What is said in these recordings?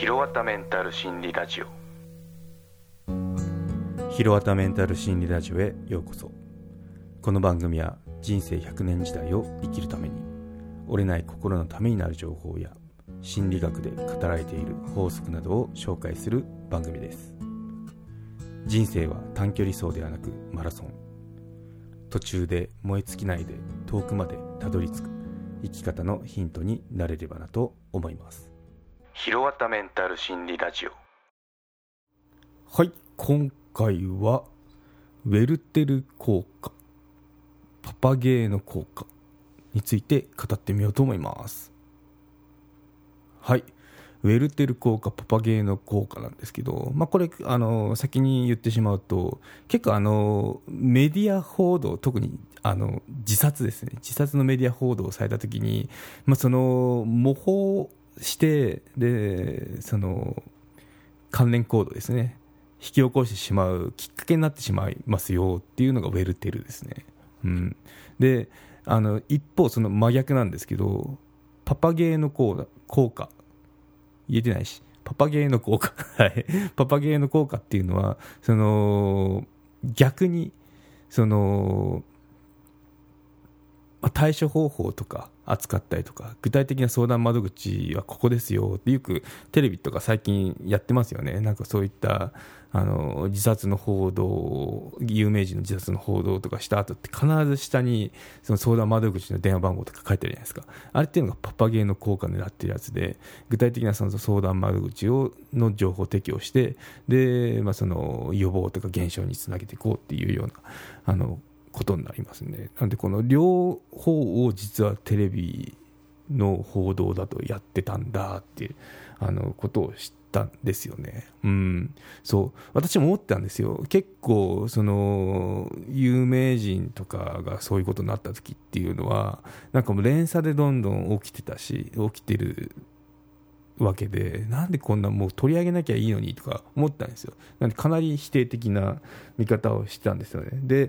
ひろわたメンタル心理ラジオ。 ひろわたメンタル心理ラジオへようこそ。この番組は人生100年時代を生きるために折れない心のためになる情報や心理学で語られている法則などを紹介する番組です。人生は短距離走ではなくマラソン。途中で燃え尽きないで遠くまでたどり着く生き方のヒントになれればなと思います。 ひろわたメンタル心理ラジオ。 はい、今回はウェルテル効果、パパゲーノ効果について語ってみようと思います。はい、ウェルテル効果、パパゲーノ効果なんですけど、これ先に言ってしまうと、結構メディア報道、特に自殺ですね、自殺のメディア報道をされたときに、その模倣してでその関連行動ですね、引き起こしてしまうきっかけになってしまいますよっていうのがウェルテルですね。で一方その真逆なんですけど、パパゲーノ効果言えてないし、パパゲーノ効果はいパパゲーノ効果っていうのはその逆にその対処方法とか扱ったりとか、具体的な相談窓口はここですよってよくテレビとか最近やってますよね。なんかそういった自殺の報道、有名人の自殺の報道とかした後って必ず下にその相談窓口の電話番号とか書いてあるじゃないですか。あれっていうのがパパゲーノ効果になってるやつで、具体的なその相談窓口の情報提供して、で、その予防とか減少につなげていこうっていうようなことになりますね。なのでこの両方を実はテレビの報道だとやってたんだっていうことを知ったんですよね。そう私も思ったんですよ。結構その有名人とかがそういうことになった時っていうのはなんかもう連鎖でどんどん起きてるわけで、なんでこんなもう取り上げなきゃいいのにとか思ったんですよ。なんでかなり否定的な見方をしてたんですよね。で、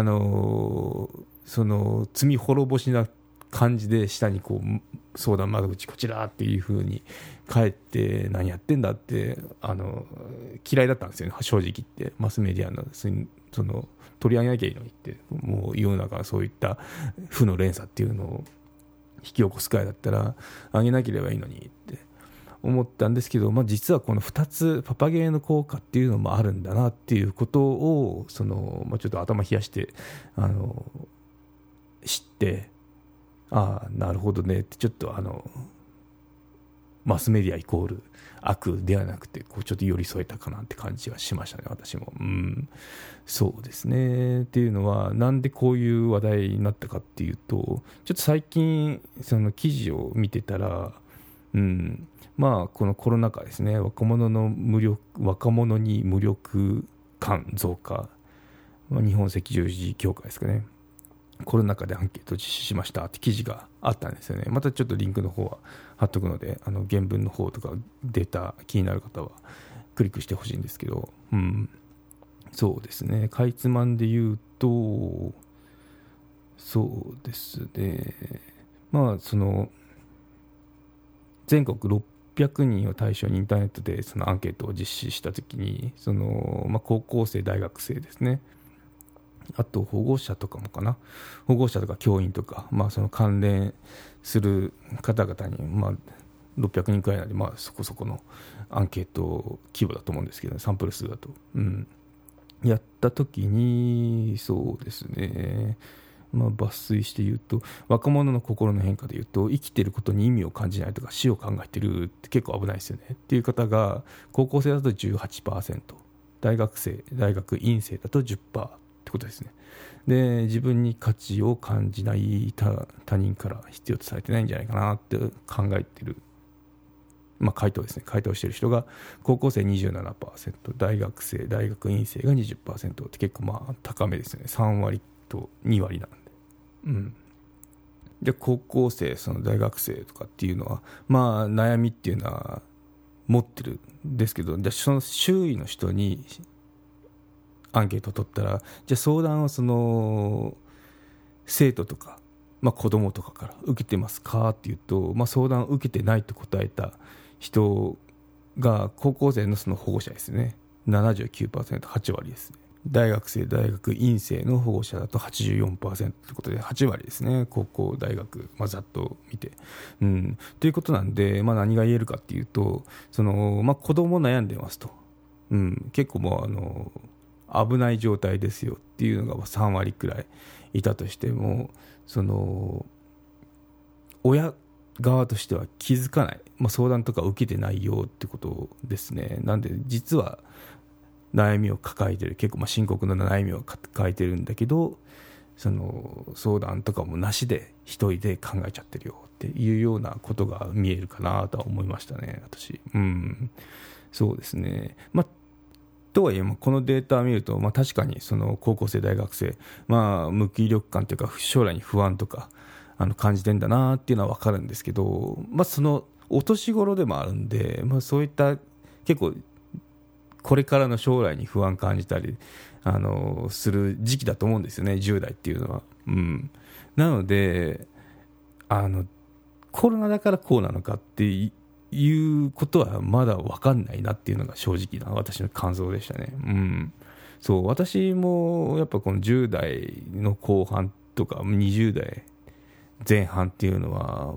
その罪滅ぼしな感じで下にこう相談窓口こちらっていう風に帰って何やってんだって嫌いだったんですよね、正直言って。マスメディアのその取り上げなきゃいいのにって、もう世の中はそういった負の連鎖っていうのを引き起こすくらいだったら上げなければいいのにって思ったんですけど、実はこの2つパパゲーノ効果っていうのもあるんだなっていうことをちょっと頭冷やして知って、なるほどねって、ちょっとマスメディアイコール悪ではなくてこうちょっと寄り添えたかなって感じがしましたね、私も。そうですね。っていうのはなんでこういう話題になったかっていうと、ちょっと最近その記事を見てたら、このコロナ禍ですね、若者に無力感増加、日本赤十字協会ですかね、コロナ禍でアンケートを実施しましたって記事があったんですよね。またちょっとリンクの方は貼っとくので、原文の方とかデータ気になる方はクリックしてほしいんですけど、そうですね、かいつまんで言うと、そうですね、その全国600人を対象にインターネットでそのアンケートを実施したときに、高校生大学生ですね、あと保護者とかもかな、保護者とか教員とか、その関連する方々に、600人くらいなので、そこそこのアンケート規模だと思うんですけど、サンプル数だと、やったときに、そうですね、抜粋して言うと、若者の心の変化で言うと、生きてることに意味を感じないとか死を考えてるって結構危ないですよねっていう方が、高校生だと 18%、 大学院生だと 10% ってことですね。で、自分に価値を感じない他人から必要とされてないんじゃないかなって考えてる、回答ですね。回答してる人が高校生 27%、 大学院生が 20% って結構高めですよね。3割と2割なんで。で、高校生、その大学生とかっていうのは悩みっていうのは持ってるんですけど、じゃあその周囲の人にアンケートを取ったら、じゃあ相談をその生徒とか、子供とかから受けてますかっていうと、相談を受けてないと答えた人が高校生のその保護者ですね。79%、8割ですね。大学生、大学院生の保護者だと 84% ということで8割ですね。高校、大学、ざっと見て、ということなんで、何が言えるかっていうと、子供悩んでますと、結構もう危ない状態ですよっていうのが3割くらいいたとしても、親側としては気づかない、相談とか受けてないよってことですね。なんで実は悩みを抱えてる、結構深刻な悩みを抱えてるんだけど、その相談とかもなしで一人で考えちゃってるよっていうようなことが見えるかなとは思いましたね、私。そうですね。とはいえ、このデータを見ると、確かにその高校生、大学生、無気力感というか将来に不安とか感じてんだなっていうのは分かるんですけど、そのお年頃でもあるんで、そういった結構これからの将来に不安感じたりする時期だと思うんですよね、10代っていうのは。なのでコロナだからこうなのかっていうことはまだ分かんないなっていうのが正直な私の感想でしたね。そう私もやっぱこの10代の後半とか20代前半っていうのは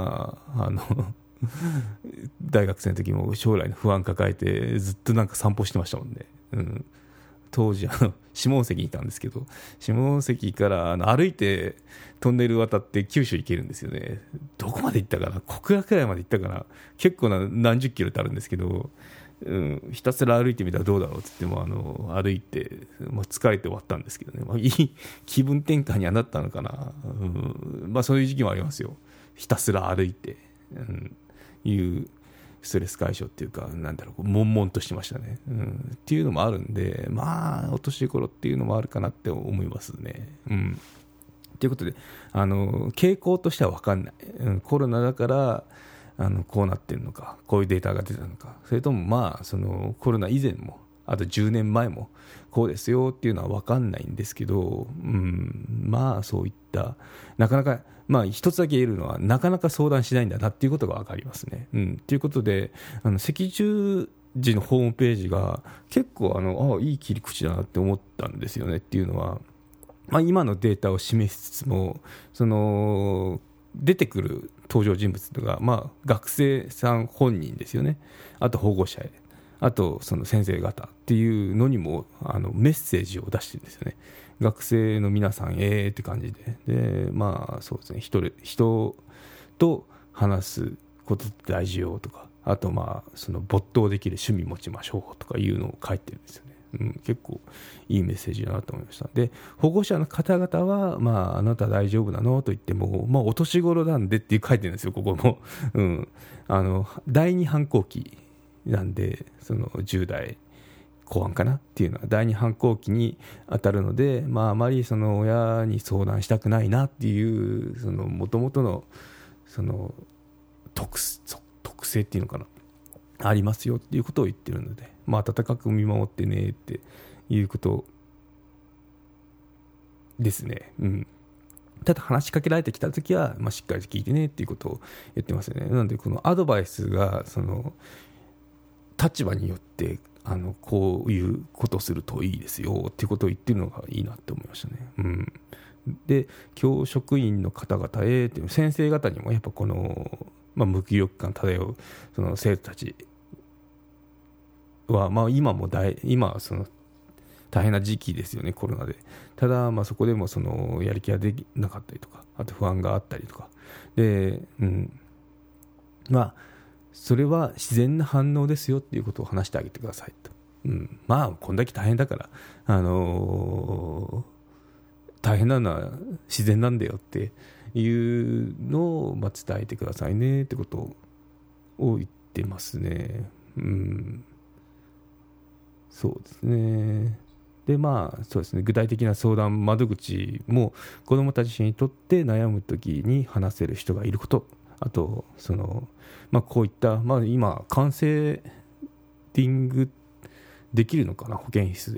大学生の時も将来の不安抱えてずっと散歩してましたもんね。当時下関にいたんですけど、下関から歩いてトンネル渡って九州行けるんですよね。どこまで行ったかな、小倉くらいまで行ったかな、結構な何十キロってあるんですけど、ひたすら歩いてみたらどうだろうって言っても歩いて、疲れて終わったんですけどね、いい気分転換にはなったのかな。そういう時期もありますよ。ひたすら歩いて、いうストレス解消っていうか、悶々としてましたね。っていうのもあるんで、お年頃っていうのもあるかなって思いますね。ということで、傾向としては分かんない。コロナだからこうなってるのか、こういうデータが出たのか、それともそのコロナ以前もあと10年前もこうですよっていうのは分かんないんですけど、そういったなかなか一つだけ言えるのはなかなか相談しないんだなっていうことが分かりますね。ということで赤十字のホームページが結構いい切り口だなって思ったんですよね。っていうのは、今のデータを示しつつも出てくる登場人物が、学生さん本人ですよね。あと保護者へ、あとその先生方っていうのにもメッセージを出してるんですよね。学生の皆さんって感じで、そうですね、人と話すことって大事よとか、あとその没頭できる趣味持ちましょうとかいうのを書いてるんですよね。結構いいメッセージだなと思いました。で、保護者の方々は、あなた大丈夫なのと言っても、お年頃なんでって書いてるんですよ、ここも。第二反抗期なんで、その10代後半かなっていうのは第二反抗期に当たるので、あまりその親に相談したくないなっていうその元々のその特性っていうのかな、ありますよっていうことを言ってるので、温かく見守ってねっていうことですね。ただ話しかけられてきたときは、しっかり聞いてねっていうことを言ってますよね。なのでこのアドバイスがその立場によってこういうことをするといいですよっていうことを言ってるのがいいなって思いましたね。で、教職員の方々へっていう先生方にもやっぱこの、無気力感漂うその生徒たちは、今はその大変な時期ですよね、コロナで。ただ、そこでもそのやる気ができなかったりとか、あと不安があったりとかで、それは自然な反応ですよっていうことを話してあげてくださいと。こんだけ大変だから、大変なのは自然なんだよっていうのを伝えてくださいねってことを言ってますね。そうですね。で、そうですね、具体的な相談窓口も子どもたちにとって悩むときに話せる人がいること、あとその、こういった、今カウンセリングできるのかな、保健室で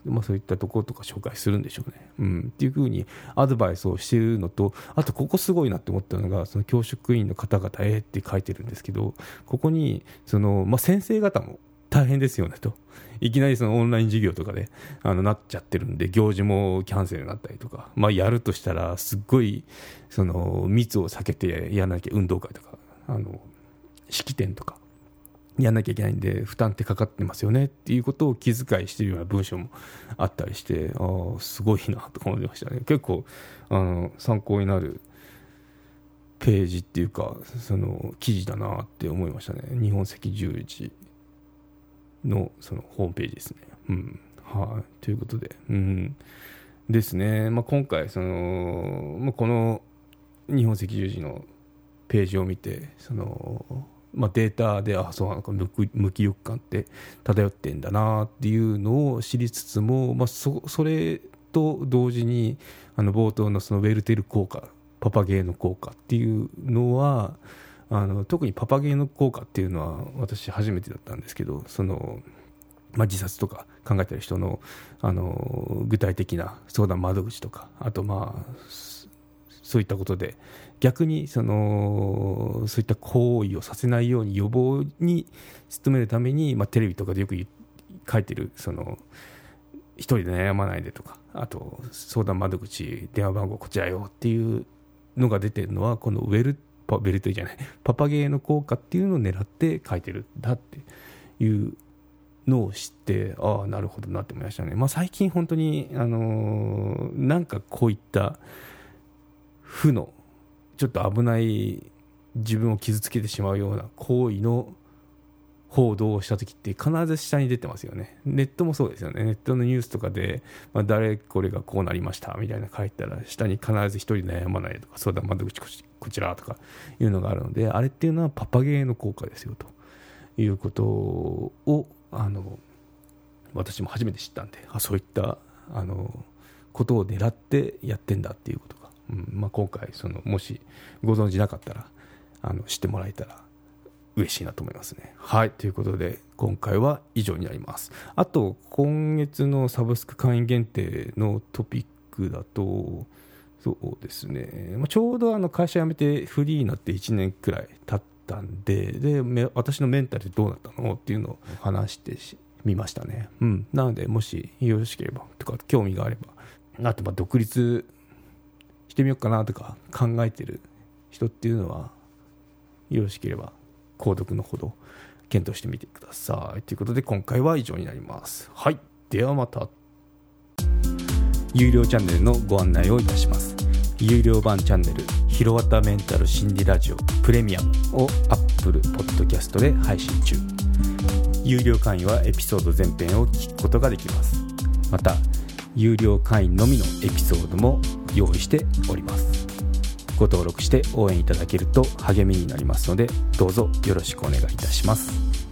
そういったところとか紹介するんでしょうね、っていう風にアドバイスをしているのと、あとここすごいなって思ったのが、その教職員の方々へって書いてるんですけど、ここに先生方も大変ですよねと、いきなりそのオンライン授業とかでなっちゃってるんで、行事もキャンセルになったりとか、やるとしたらすっごい密を避けてやらなきゃ、運動会とか式典とかやんなきゃいけないんで負担ってかかってますよねっていうことを気遣いしているような文章もあったりして、すごいなと思いましたね。結構参考になるページっていうか記事だなって思いましたね。日本赤十字のホームページですね。ということで、ですね。今回この日本赤十字のページを見てデータでそうなのか、無気力感って漂ってんだなっていうのを知りつつも、それと同時に冒頭のウェルテル効果、パパゲーノ効果っていうのは特にパパゲーノ効果っていうのは私初めてだったんですけど、自殺とか考えてる人の具体的な相談窓口とか、あとそういったことで逆にそういった行為をさせないように予防に努めるために、テレビとかでよく書いてる一人で悩まないでとか、あと相談窓口電話番号こちらよっていうのが出てるのは、このパパゲーノ効果っていうのを狙って書いてるんだっていうのを知って、なるほどなって思いましたね。最近本当になんかこういった負のちょっと危ない自分を傷つけてしまうような行為の報道をした時って必ず下に出てますよね。ネットもそうですよね。ネットのニュースとかで、誰これがこうなりましたみたいな書いたら、下に必ず一人悩まないとか相談窓口こちらとかいうのがあるので、あれっていうのはパパゲーの効果ですよということを私も初めて知ったんで、そういったことを狙ってやってんだっていうことが、今回もしご存知なかったら知ってもらえたら嬉しいなと思いますね。はい、ということで今回は以上になります。あと今月のサブスク会員限定のトピックだと、そうですね、ちょうど会社辞めてフリーになって1年くらい経ったんで、私のメンタルってどうなったのっていうのを話してみましたね。なのでもしよろしければとか興味があれば、あと独立してみようかなとか考えてる人っていうのは、よろしければ購読のほど検討してみてくださいということで、今回は以上になります。はい、ではまた。有料チャンネルのご案内をいたします。有料版チャンネルひろわたメンタル心理ラジオプレミアムを Apple Podcast で配信中。有料会員はエピソード全編を聞くことができます。また有料会員のみのエピソードも用意しております。ご登録して応援いただけると励みになりますので、どうぞよろしくお願いいたします。